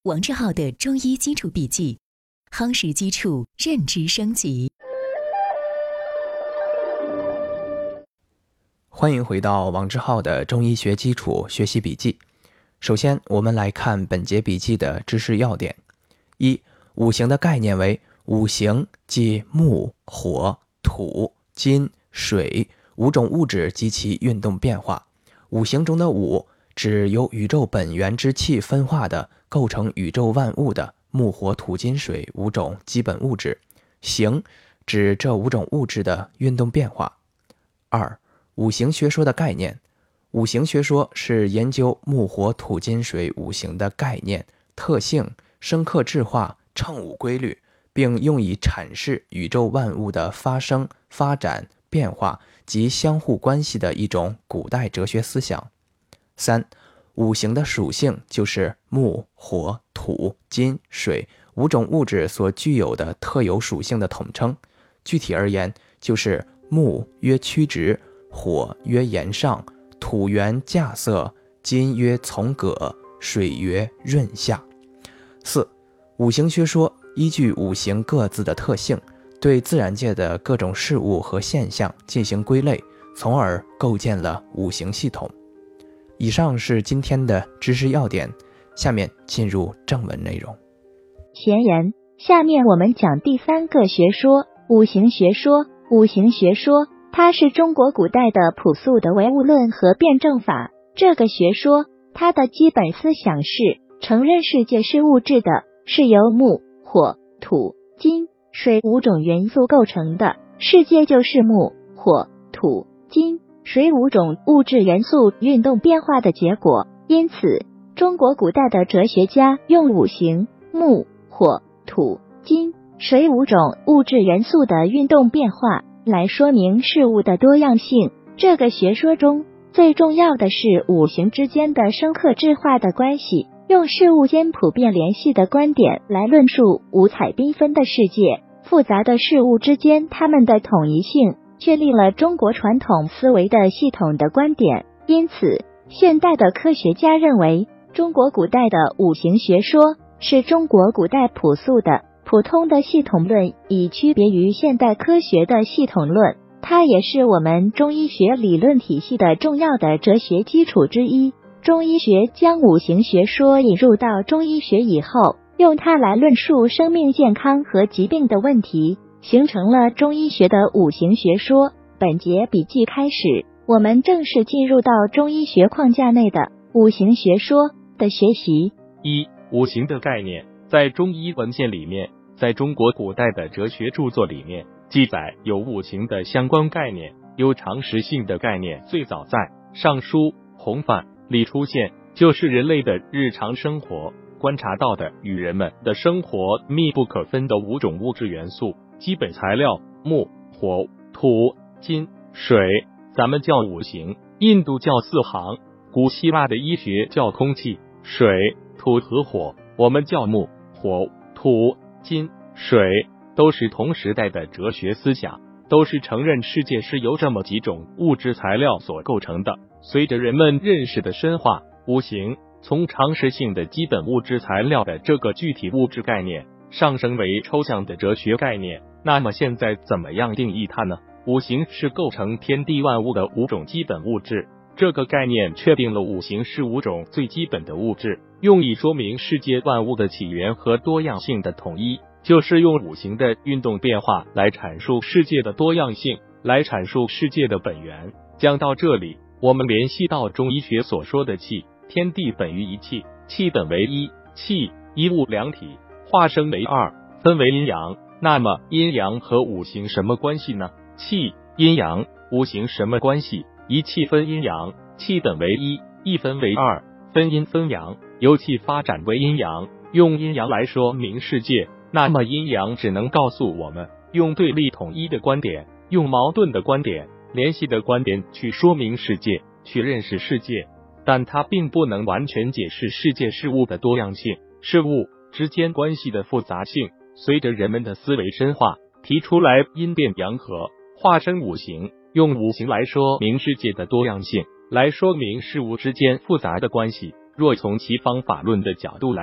王志浩的中医基础笔记，夯实基础，认知升级。 欢迎回到王志浩的中医学基础学习笔记。首先，我们来看本节笔记的知识要点。一、五行的概念为：五行即木、火、土、金、水五种物质及其运动变化。五行中的五指由宇宙本源之气分化的构成宇宙万物的木火土金水五种基本物质，行指这五种物质的运动变化。二、五行学说的概念。五行学说是研究木火土金水五行的概念、特性、生克制化、乘五规律，并用以阐释宇宙万物的发生、发展、变化及相互关系的一种古代哲学思想。三、五行的属性就是木、火、土、金、水五种物质所具有的特有属性的统称。具体而言，就是木曰曲直，火曰炎上，土元稼色，金曰从葛，水曰润下。四、五行学说依据五行各自的特性，对自然界的各种事物和现象进行归类，从而构建了五行系统。以上是今天的知识要点，下面进入正文内容。 前言，下面我们讲第三个学说，五行学说。五行学说，它是中国古代的朴素的唯物论和辩证法。这个学说，它的基本思想是承认世界是物质的，是由木、火、土、金、水五种元素构成的，世界就是木、火、土、金、水五种物质元素运动变化的结果。因此，中国古代的哲学家用五行木、火、土、金、水五种物质元素的运动变化来说明事物的多样性。这个学说中最重要的是五行之间的生克制化的关系，用事物间普遍联系的观点来论述五彩缤纷的世界，复杂的事物之间它们的统一性，确立了中国传统思维的系统的观点。因此，现代的科学家认为，中国古代的五行学说是中国古代朴素的、普通的系统论，以区别于现代科学的系统论。它也是我们中医学理论体系的重要的哲学基础之一。中医学将五行学说引入到中医学以后，用它来论述生命健康和疾病的问题，形成了中医学的五行学说。本节笔记开始，我们正式进入到中医学框架内的五行学说的学习。 一、五行的概念。在中医文献里面，在中国古代的哲学著作里面，记载有五行的相关概念，有常识性的概念。最早在《尚书·洪范》里出现，就是人类的日常生活观察到的与人们的生活密不可分的五种物质元素基本材料：木、火、土、金、水。咱们叫五行，印度叫四行，古希腊的医学叫空气、水、土和火，我们叫木、火、土、金、水，都是同时代的哲学思想，都是承认世界是由这么几种物质材料所构成的。随着人们认识的深化，五行从常识性的基本物质材料的这个具体物质概念上升为抽象的哲学概念。那么现在怎么样定义它呢？五行是构成天地万物的五种基本物质，这个概念确定了五行是五种最基本的物质，用以说明世界万物的起源和多样性的统一，就是用五行的运动变化来阐述世界的多样性，来阐述世界的本源。讲到这里，我们联系到中医学所说的气，天地本于一气，气本为一，气一物两体，化生为二，分为阴阳。那么阴阳和五行什么关系呢？气、阴阳、五行什么关系？一气分阴阳，气本为一，一分为二，分阴分阳，由气发展为阴阳，用阴阳来说明世界。那么阴阳只能告诉我们，用对立统一的观点，用矛盾的观点，联系的观点去说明世界，去认识世界，但它并不能完全解释世界事物的多样性，事物之间关系的复杂性。随着人们的思维深化，提出来阴变阳合，化生五行，用五行来说明世界的多样性，来说明事物之间复杂的关系。若从其方法论的角度来看，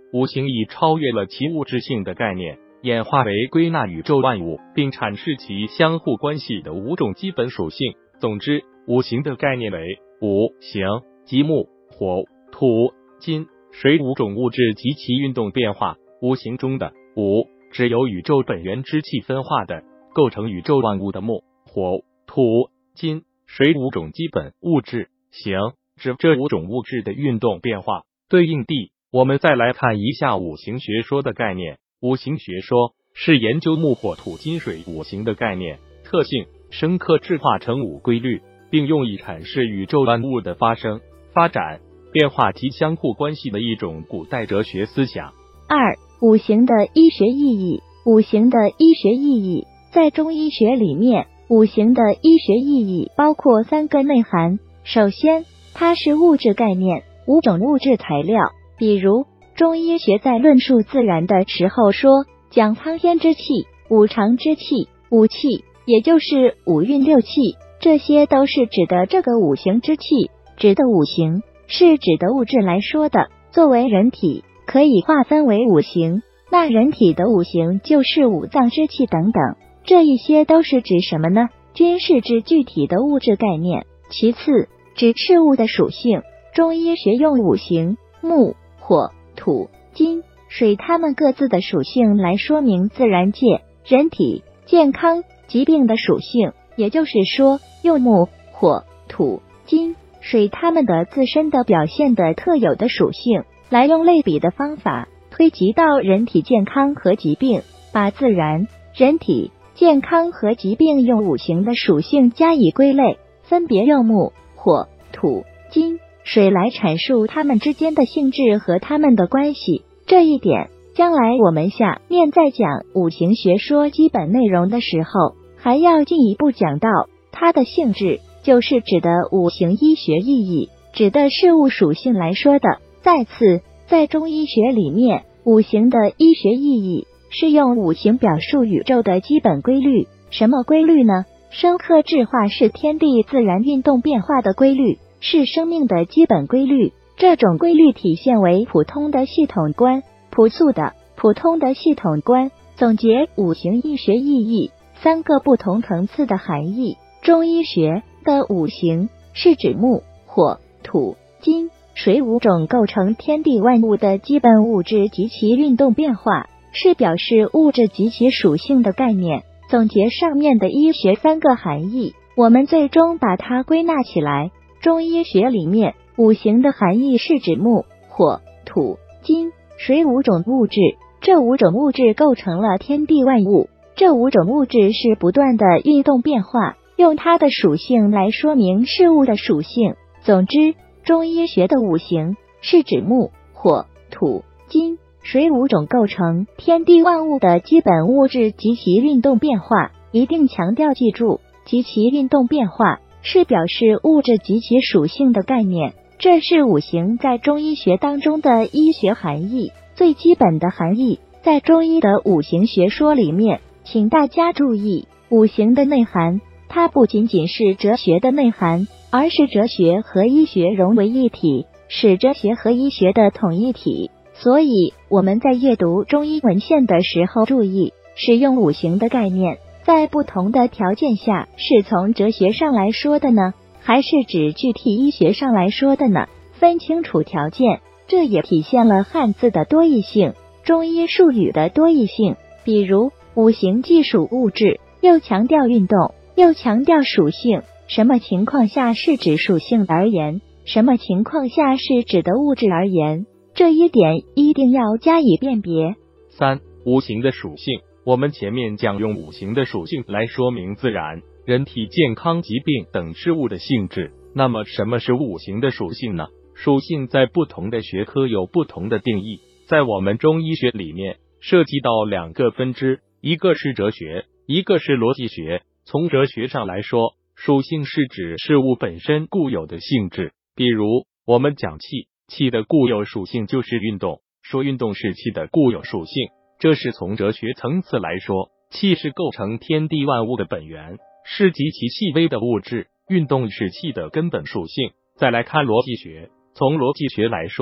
五行已超越了其物质性的概念，演化为归纳宇宙万物并阐释其相互关系的5种基本属性。总之，五行的概念为五行即木、火、土、金、水5种物质及其运动变化。五行中的五指由宇宙本源之气分化的构成宇宙万物的木、火、土、金、水5种基本物质。行指这5种物质的运动变化。对应地，我们再来看一下五行学说的概念。五行学说是研究木、火、土、金、水五行的概念、特性，深刻质化成5规律，并用以阐释宇宙万物的发生、发展、变化及相互关系的一种古代哲学思想。 2、五行的医学意义。五行的医学意义，在中医学里面，五行的医学意义包括3个内涵。首先，它是物质概念，5种物质材料。比如，中医学在论述自然的时候说，讲苍天之气、五常之气、五气，也就是五运六气，这些都是指的这个五行之气。指的五行是指的物质来说的。作为人体，可以划分为五行，那人体的五行就是五脏之气等等，这一些都是指什么呢？均是指具体的物质概念。其次，指事物的属性。中医学用五行木、火、土、金、水它们各自的属性来说明自然界、人体、健康、疾病的属性，也就是说，用木、火、土、金、水它们的自身的表现的特有的属性，来用类比的方法推及到人体健康和疾病，把自然、人体、健康和疾病用五行的属性加以归类，分别用木、火、土、金、水来阐述它们之间的性质和它们的关系。这一点，将来我们下面在讲五行学说基本内容的时候，还要进一步讲到它的性质，就是指的五行医学意义，指的事物属性来说的。再次，在中医学里面，五行的医学意义是用五行表述宇宙的基本规律。什么规律呢？深刻质化是天地自然运动变化的规律，是生命的基本规律。这种规律体现为普通的系统观，朴素的普通的系统观。总结五行医学意义3个不同层次的含义。中医学的五行是指木、火、土、金、水5种构成天地万物的基本物质及其运动变化，是表示物质及其属性的概念。总结上面的医学3个含义，我们最终把它归纳起来。中医学里面，五行的含义是指木、火、土、金、水5种物质，这5种物质构成了天地万物，这5种物质是不断的运动变化，用它的属性来说明事物的属性。总之，中医学的五行是指木、火、土、金、水5种构成天地万物的基本物质及其运动变化。一定强调记住，及其运动变化是表示物质及其属性的概念，这是五行在中医学当中的医学含义，最基本的含义。在中医的五行学说里面，请大家注意，五行的内涵，它不仅仅是哲学的内涵，而是哲学和医学融为一体，是哲学和医学的统一体。所以我们在阅读中医文献的时候，注意使用五行的概念，在不同的条件下，是从哲学上来说的呢，还是指具体医学上来说的呢？分清楚条件，这也体现了汉字的多义性，中医术语的多义性。比如五行既属物质，又强调运动，又强调属性，什么情况下是指属性而言，什么情况下是指的物质而言，这一点一定要加以辨别。 3、五行的属性。我们前面讲用五行的属性来说明自然、人体健康、疾病等事物的性质。那么什么是五行的属性呢？属性在不同的学科有不同的定义，在我们中医学里面涉及到2个分支，一个是哲学，一个是逻辑学。从哲学上来说，属性是指事物本身固有的性质。比如我们讲气，气的固有属性就是运动，说运动是气的固有属性，这是从哲学层次来说，气是构成天地万物的本源，是极其细微的物质，运动是气的根本属性。再来看逻辑学，从逻辑学来说，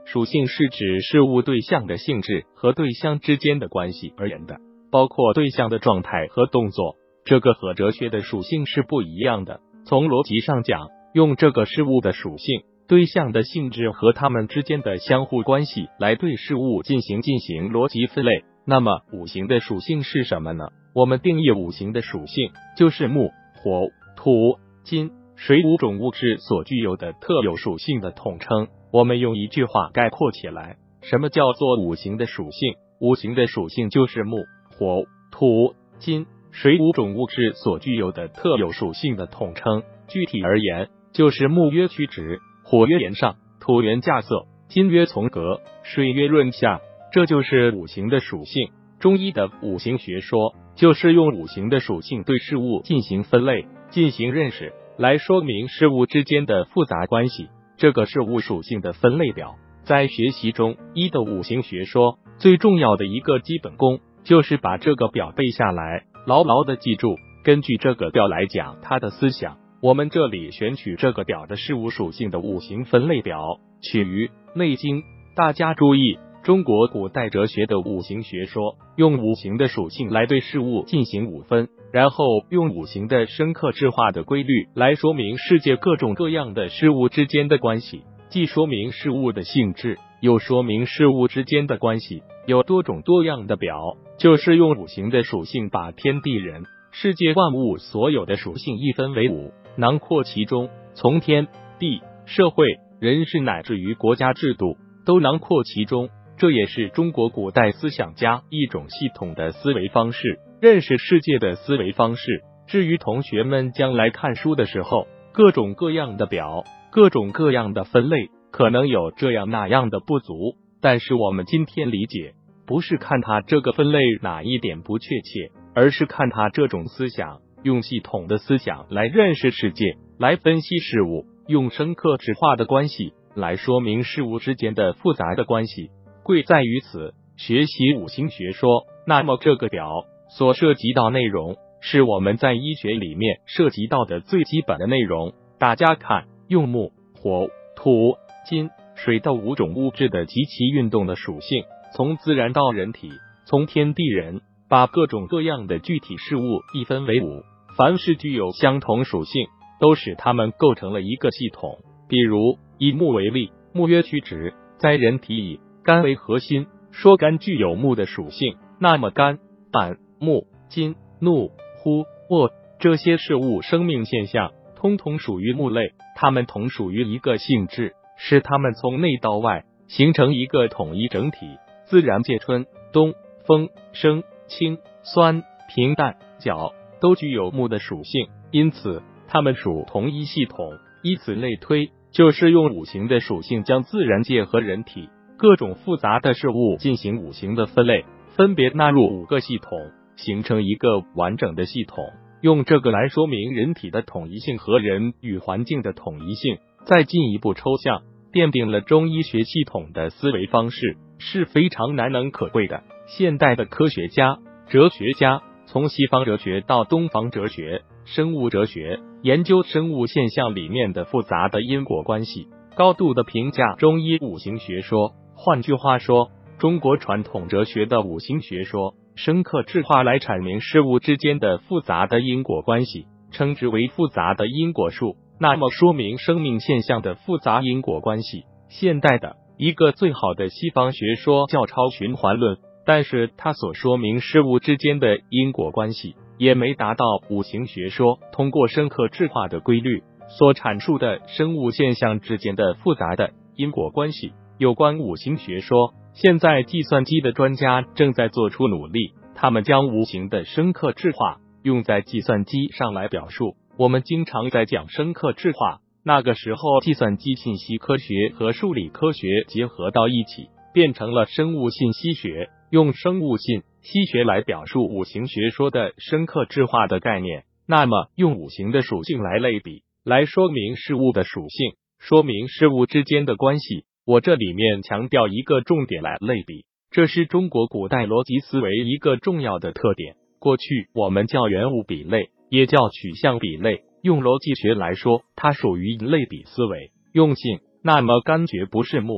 属性是指事物对象的性质和对象之间的关系而言的，包括对象的状态和动作。这个和哲学的属性是不一样的。从逻辑上讲，用这个事物的属性、对象的性质和它们之间的相互关系来对事物进行逻辑分类。那么五行的属性是什么呢？我们定义五行的属性就是木、火、土、金、水五种物质所具有的特有属性的统称。我们用一句话概括起来，什么叫做五行的属性？五行的属性就是木、火、土、金、水五种物质所具有的特有属性的统称。具体而言，就是木曰曲直，火曰炎上，土曰稼穑，金曰从革，水曰润下。这就是五行的属性。中医的五行学说就是用五行的属性对事物进行分类、进行认识，来说明事物之间的复杂关系。这个事物属性的分类表，在学习中医的五行学说最重要的一个基本功，就是把这个表背下来，牢牢的记住，根据这个表来讲它的思想。我们这里选取这个表的事物属性的五行分类表，取于《内经》。大家注意，中国古代哲学的五行学说用五行的属性来对事物进行五分，然后用五行的生克制化的规律来说明世界各种各样的事物之间的关系，既说明事物的性质，又说明事物之间的关系。有多种多样的表，就是用五行的属性把天地人、世界万物所有的属性一分为五，囊括其中，从天地、社会、人事乃至于国家制度都囊括其中。这也是中国古代思想家一种系统的思维方式，认识世界的思维方式。至于同学们将来看书的时候，各种各样的表，各种各样的分类，可能有这样那样的不足，但是我们今天理解，不是看它这个分类哪一点不确切，而是看它这种思想，用系统的思想来认识世界，来分析事物，用生克制化的关系来说明事物之间的复杂的关系。贵在于此，学习五行学说，那么这个表所涉及到内容，是我们在医学里面涉及到的最基本的内容。大家看，用木、火、土、金、水的五种物质的及其运动的属性，从自然到人体，从天地人，把各种各样的具体事物一分为五，凡是具有相同属性，都使它们构成了一个系统。比如以木为例，木曰曲直，在人体以肝为核心，说肝具有木的属性，那么肝、胆、木、金、怒、呼、卧这些事物生命现象通通属于木类，它们同属于一个性质，使它们从内到外形成一个统一整体。自然界春、冬、风、生、清、酸、平淡、角都具有木的属性，因此它们属同一系统。以此类推，就是用五行的属性将自然界和人体各种复杂的事物进行五行的分类，分别纳入五个系统，形成一个完整的系统。用这个来说明人体的统一性和人与环境的统一性，再进一步抽象，奠定了中医学系统的思维方式，是非常难能可贵的。现代的科学家、哲学家，从西方哲学到东方哲学、生物哲学，研究生物现象里面的复杂的因果关系，高度的评价中医五行学说。换句话说，中国传统哲学的五行学说生克制化来阐明事物之间的复杂的因果关系，称之为复杂的因果术。那么说明生命现象的复杂因果关系，现代的一个最好的西方学说叫超循环论，但是它所说明事物之间的因果关系也没达到五行学说通过生克制化的规律所阐述的生物现象之间的复杂的因果关系。有关五行学说，现在计算机的专家正在做出努力，他们将无形的生克制化用在计算机上来表述。我们经常在讲生克制化，那个时候计算机信息科学和数理科学结合到一起，变成了生物信息学，用生物信息学来表述五行学说的生克制化的概念。那么用五行的属性来类比，来说明事物的属性，说明事物之间的关系。我这里面强调一个重点来类比，这是中国古代逻辑思维一个重要的特点。过去我们叫元物比类，也叫取象比类，用逻辑学来说，它属于类比思维。用性，那么肝绝不是木，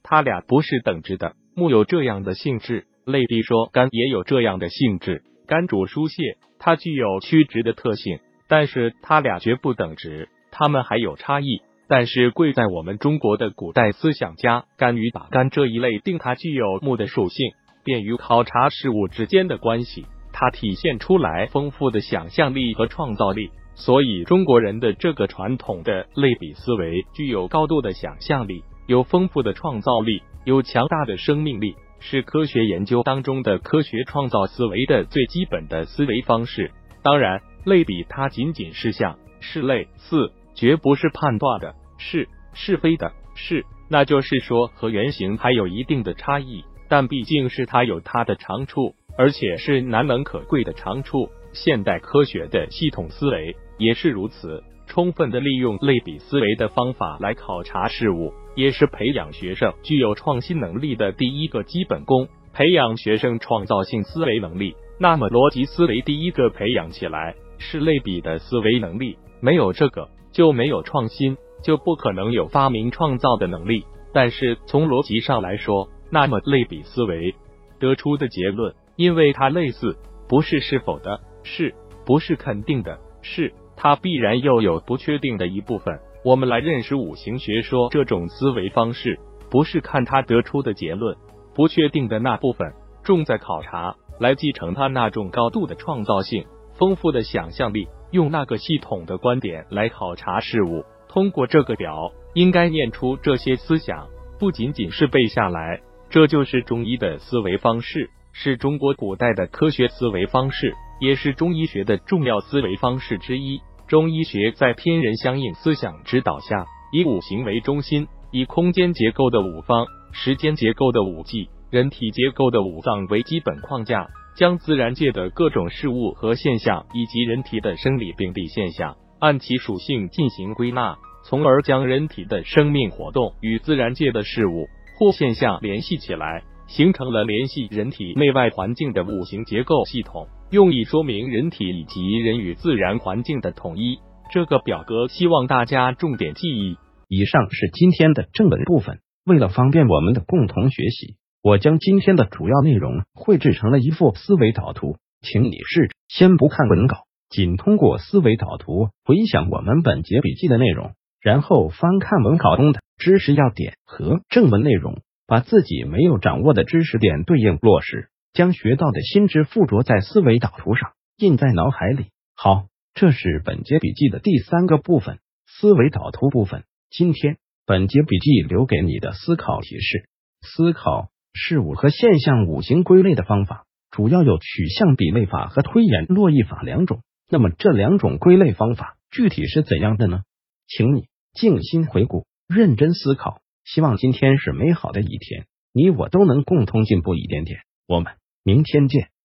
它俩不是等值的。木有这样的性质，类比说肝也有这样的性质。肝主疏泄，它具有曲直的特性，但是它俩绝不等值，它们还有差异。但是贵在我们中国的古代思想家甘于把肝这一类定它具有木的属性，便于考察事物之间的关系，它体现出来丰富的想象力和创造力。所以中国人的这个传统的类比思维具有高度的想象力，有丰富的创造力，有强大的生命力，是科学研究当中的科学创造思维的最基本的思维方式。当然，类比它仅仅是像，是类似，绝不是判断的，是非的，那就是说和原型还有一定的差异，但毕竟是它有它的长处，而且是难能可贵的长处。现代科学的系统思维也是如此，充分的利用类比思维的方法来考察事物，也是培养学生具有创新能力的第一个基本功。培养学生创造性思维能力，那么逻辑思维第一个培养起来是类比的思维能力，没有这个就没有创新，就不可能有发明创造的能力。但是从逻辑上来说，那么类比思维得出的结论，因为它类似，不是是否的，不是肯定的，它必然又有不确定的一部分。我们来认识五行学说这种思维方式，不是看它得出的结论，不确定的那部分重在考察，来继承它那种高度的创造性、丰富的想象力，用那个系统的观点来考察事物。通过这个表，应该念出这些思想，不仅仅是背下来。这就是中医的思维方式，是中国古代的科学思维方式，也是中医学的重要思维方式之一。中医学在天人相应思想指导下，以五行为中心，以空间结构的五方、时间结构的五季、人体结构的五脏为基本框架，将自然界的各种事物和现象以及人体的生理病理现象按其属性进行归纳，从而将人体的生命活动与自然界的事物或现象联系起来，形成了联系人体内外环境的五行结构系统，用以说明人体以及人与自然环境的统一。这个表格希望大家重点记忆。 以上是今天的正文部分，为了方便我们的共同学习，我将今天的主要内容绘制成了一幅思维导图，请你试着先不看文稿，仅通过思维导图回想我们本节笔记的内容，然后翻看文稿中的知识要点和正文内容，把自己没有掌握的知识点对应落实，将学到的新知附着在思维导图上，印在脑海里。好，这是本节笔记的第3个部分，思维导图部分。今天本节笔记留给你的思考提示：思考事物和现象五行归类的方法，主要有取象比类法和推演络绎法2种。那么这2种归类方法具体是怎样的呢？请你静心回顾，认真思考。希望今天是美好的一天，你我都能共同进步一点点。我们明天见。